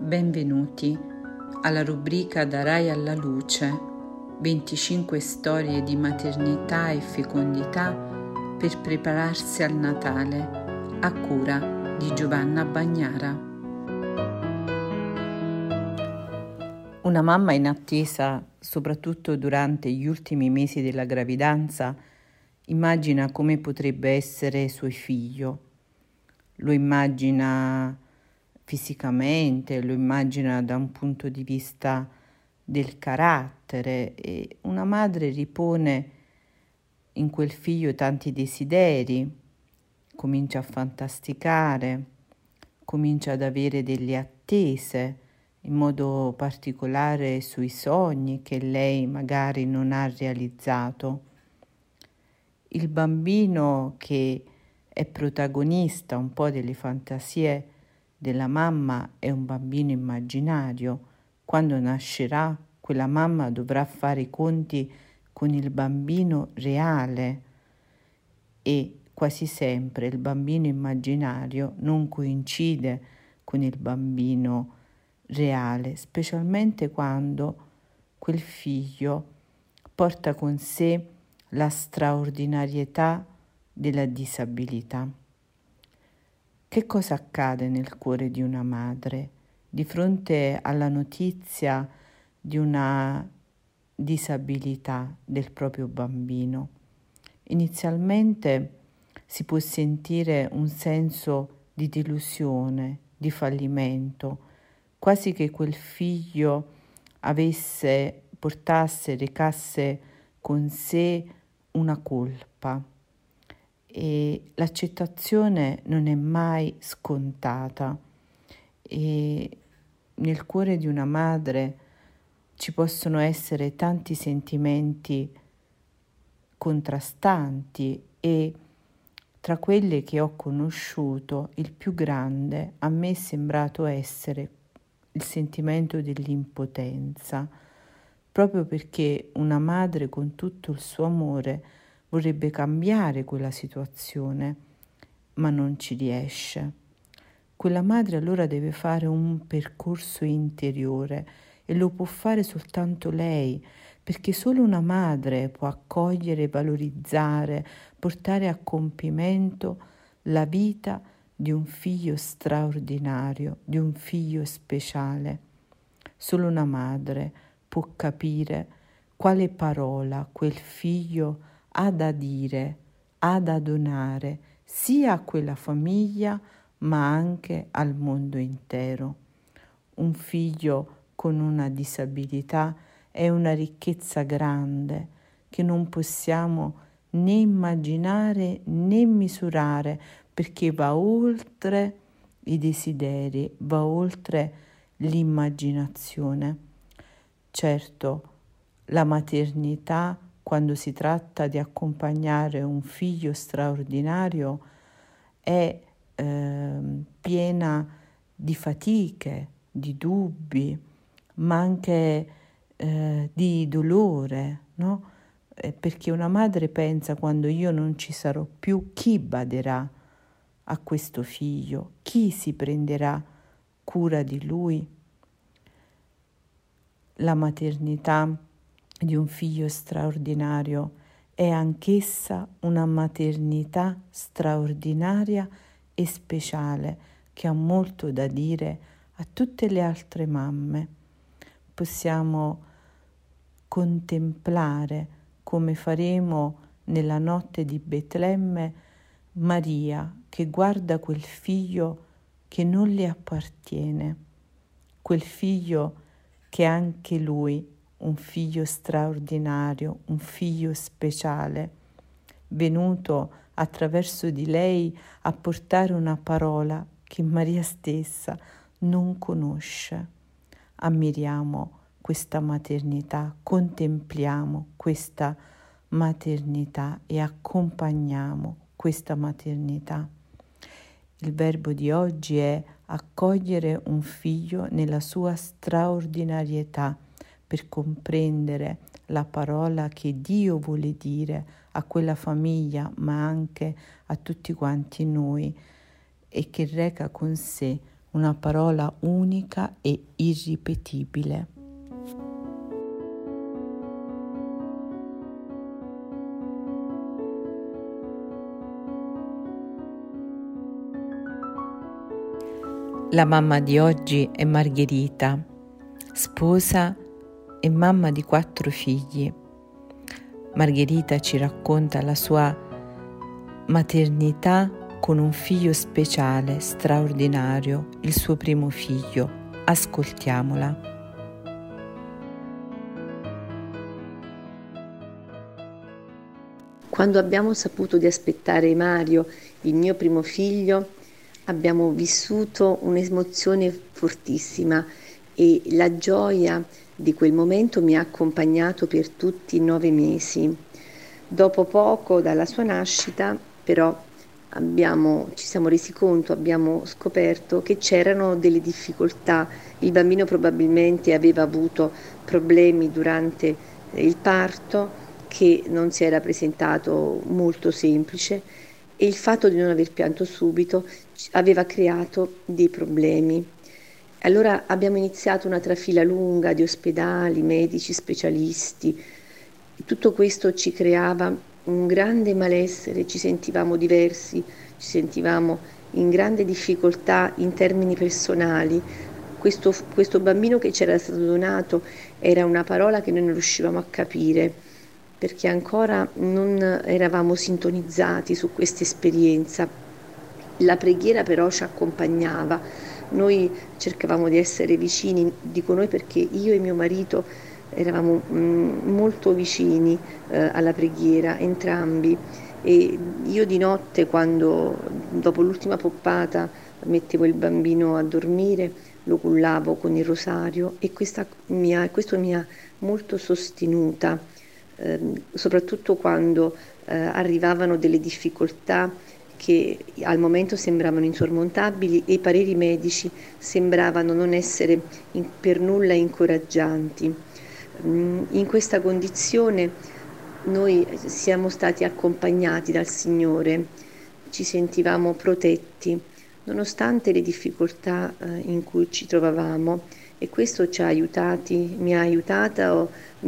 Benvenuti alla rubrica Darai alla luce 25 storie di maternità e fecondità per prepararsi al Natale, a cura di Giovanna Bagnara. Una mamma in attesa, soprattutto durante gli ultimi mesi della gravidanza, immagina come potrebbe essere suo figlio. Lo immagina fisicamente, lo immagina da un punto di vista del carattere e una madre ripone in quel figlio tanti desideri, comincia a fantasticare, comincia ad avere delle attese, in modo particolare sui sogni che lei magari non ha realizzato. Il bambino che è protagonista un po' delle fantasie della mamma è un bambino immaginario. Quando nascerà, quella mamma dovrà fare i conti con il bambino reale e quasi sempre il bambino immaginario non coincide con il bambino reale, specialmente quando quel figlio porta con sé la straordinarietà della disabilità. Che cosa accade nel cuore di una madre di fronte alla notizia di una disabilità del proprio bambino? Inizialmente si può sentire un senso di delusione, di fallimento, quasi che quel figlio recasse con sé una colpa. E l'accettazione non è mai scontata e nel cuore di una madre ci possono essere tanti sentimenti contrastanti e tra quelle che ho conosciuto il più grande a me è sembrato essere il sentimento dell'impotenza, proprio perché una madre con tutto il suo amore vorrebbe cambiare quella situazione, ma non ci riesce. Quella madre allora deve fare un percorso interiore e lo può fare soltanto lei, perché solo una madre può accogliere, valorizzare, portare a compimento la vita di un figlio straordinario, di un figlio speciale. Solo una madre può capire quale parola quel figlio ha da dire, ha da donare sia a quella famiglia ma anche al mondo intero. Un figlio con una disabilità è una ricchezza grande che non possiamo né immaginare né misurare, perché va oltre i desideri, va oltre l'immaginazione. Certo, la maternità, quando si tratta di accompagnare un figlio straordinario, è piena di fatiche, di dubbi, ma anche di dolore, no? Perché una madre pensa: quando io non ci sarò più, chi baderà a questo figlio? Chi si prenderà cura di lui? La maternità di un figlio straordinario è anch'essa una maternità straordinaria e speciale che ha molto da dire a tutte le altre mamme. Possiamo contemplare, come faremo nella notte di Betlemme, Maria che guarda quel figlio che non le appartiene, quel figlio che è anche lui un figlio straordinario, un figlio speciale, venuto attraverso di lei a portare una parola che Maria stessa non conosce. Ammiriamo questa maternità, contempliamo questa maternità e accompagniamo questa maternità. Il verbo di oggi è accogliere un figlio nella sua straordinarietà, per comprendere la parola che Dio vuole dire a quella famiglia, ma anche a tutti quanti noi, e che reca con sé una parola unica e irripetibile. La mamma di oggi è Margherita, sposa e mamma di 4 figli. Margherita ci racconta la sua maternità con un figlio speciale, straordinario, il suo primo figlio. Ascoltiamola. Quando abbiamo saputo di aspettare Mario, il mio primo figlio, abbiamo vissuto un'emozione fortissima e la gioia di quel momento mi ha accompagnato per tutti i 9 mesi. Dopo poco dalla sua nascita, però, ci siamo resi conto, abbiamo scoperto che c'erano delle difficoltà. Il bambino probabilmente aveva avuto problemi durante il parto che non si era presentato molto semplice e il fatto di non aver pianto subito aveva creato dei problemi. Allora abbiamo iniziato una trafila lunga di ospedali, medici, specialisti. Tutto questo ci creava un grande malessere, ci sentivamo diversi, ci sentivamo in grande difficoltà in termini personali. Questo bambino che c'era stato donato era una parola che noi non riuscivamo a capire, perché ancora non eravamo sintonizzati su questa esperienza. La preghiera però ci accompagnava, noi cercavamo di essere vicini, dico noi perché io e mio marito eravamo molto vicini alla preghiera, entrambi, e io di notte, quando dopo l'ultima poppata mettevo il bambino a dormire, lo cullavo con il rosario e questo mi ha molto sostenuta. Soprattutto quando arrivavano delle difficoltà che al momento sembravano insormontabili e i pareri medici sembravano non essere per nulla incoraggianti. In questa condizione noi siamo stati accompagnati dal Signore, ci sentivamo protetti nonostante le difficoltà in cui ci trovavamo, e questo ci ha aiutati, mi ha aiutata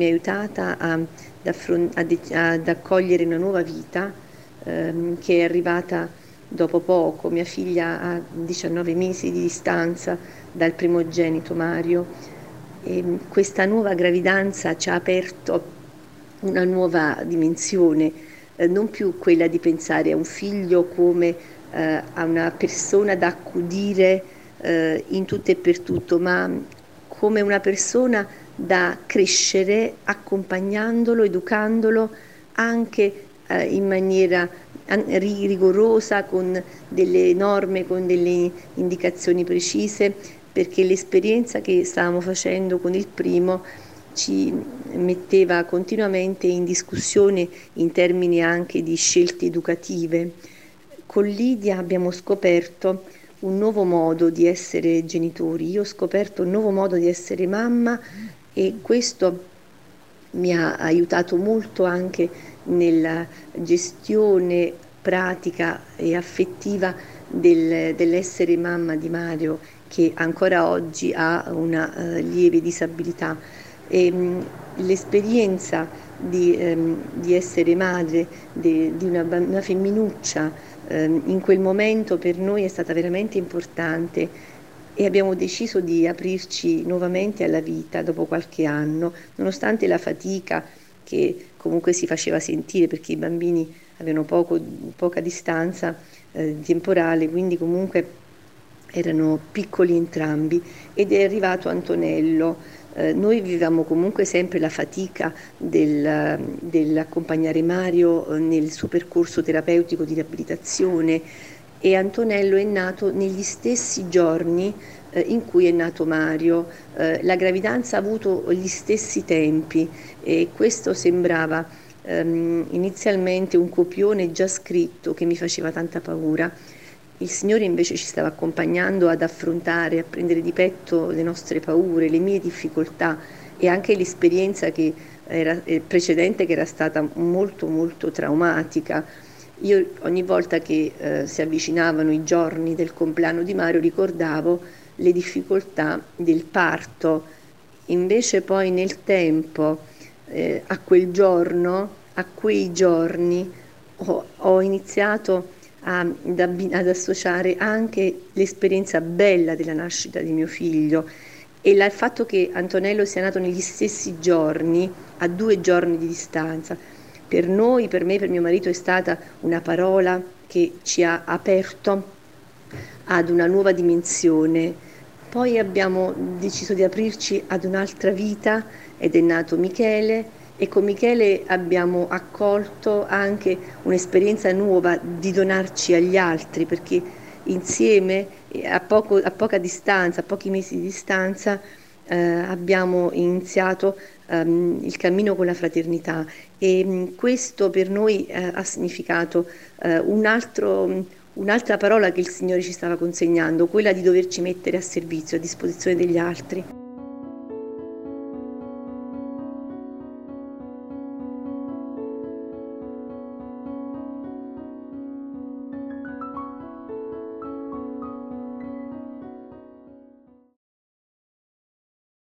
ad accogliere una nuova vita che è arrivata dopo poco. Mia figlia ha 19 mesi di distanza dal primogenito Mario e questa nuova gravidanza ci ha aperto una nuova dimensione, non più quella di pensare a un figlio come a una persona da accudire in tutto e per tutto, ma come una persona da crescere accompagnandolo, educandolo anche in maniera rigorosa, con delle norme, con delle indicazioni precise, perché l'esperienza che stavamo facendo con il primo ci metteva continuamente in discussione in termini anche di scelte educative. Con Lidia abbiamo scoperto un nuovo modo di essere genitori, io ho scoperto un nuovo modo di essere mamma e questo mi ha aiutato molto anche nella gestione pratica e affettiva dell'essere mamma di Mario, che ancora oggi ha una lieve disabilità. L'esperienza di essere madre di una femminuccia in quel momento per noi è stata veramente importante e abbiamo deciso di aprirci nuovamente alla vita dopo qualche anno, nonostante la fatica che comunque si faceva sentire perché i bambini avevano poca distanza temporale, quindi comunque erano piccoli entrambi, ed è arrivato Antonello. Noi vivevamo comunque sempre la fatica dell'accompagnare Mario nel suo percorso terapeutico di riabilitazione, e Antonello è nato negli stessi giorni in cui è nato Mario. La gravidanza ha avuto gli stessi tempi e questo sembrava inizialmente un copione già scritto che mi faceva tanta paura. Il Signore invece ci stava accompagnando ad affrontare, a prendere di petto le nostre paure, le mie difficoltà e anche l'esperienza che era precedente, che era stata molto molto traumatica. Io ogni volta che si avvicinavano i giorni del compleanno di Mario ricordavo le difficoltà del parto, invece poi nel tempo, a quel giorno, a quei giorni, ho iniziato ad associare anche l'esperienza bella della nascita di mio figlio e il fatto che Antonello sia nato negli stessi giorni, a 2 giorni di distanza. Per noi, per me, per mio marito è stata una parola che ci ha aperto ad una nuova dimensione. Poi abbiamo deciso di aprirci ad un'altra vita ed è nato Michele e con Michele abbiamo accolto anche un'esperienza nuova di donarci agli altri perché insieme a poca distanza, a pochi mesi di distanza, abbiamo iniziato il cammino con la fraternità e questo per noi ha significato un'altra parola che il Signore ci stava consegnando, quella di doverci mettere a servizio, a disposizione degli altri.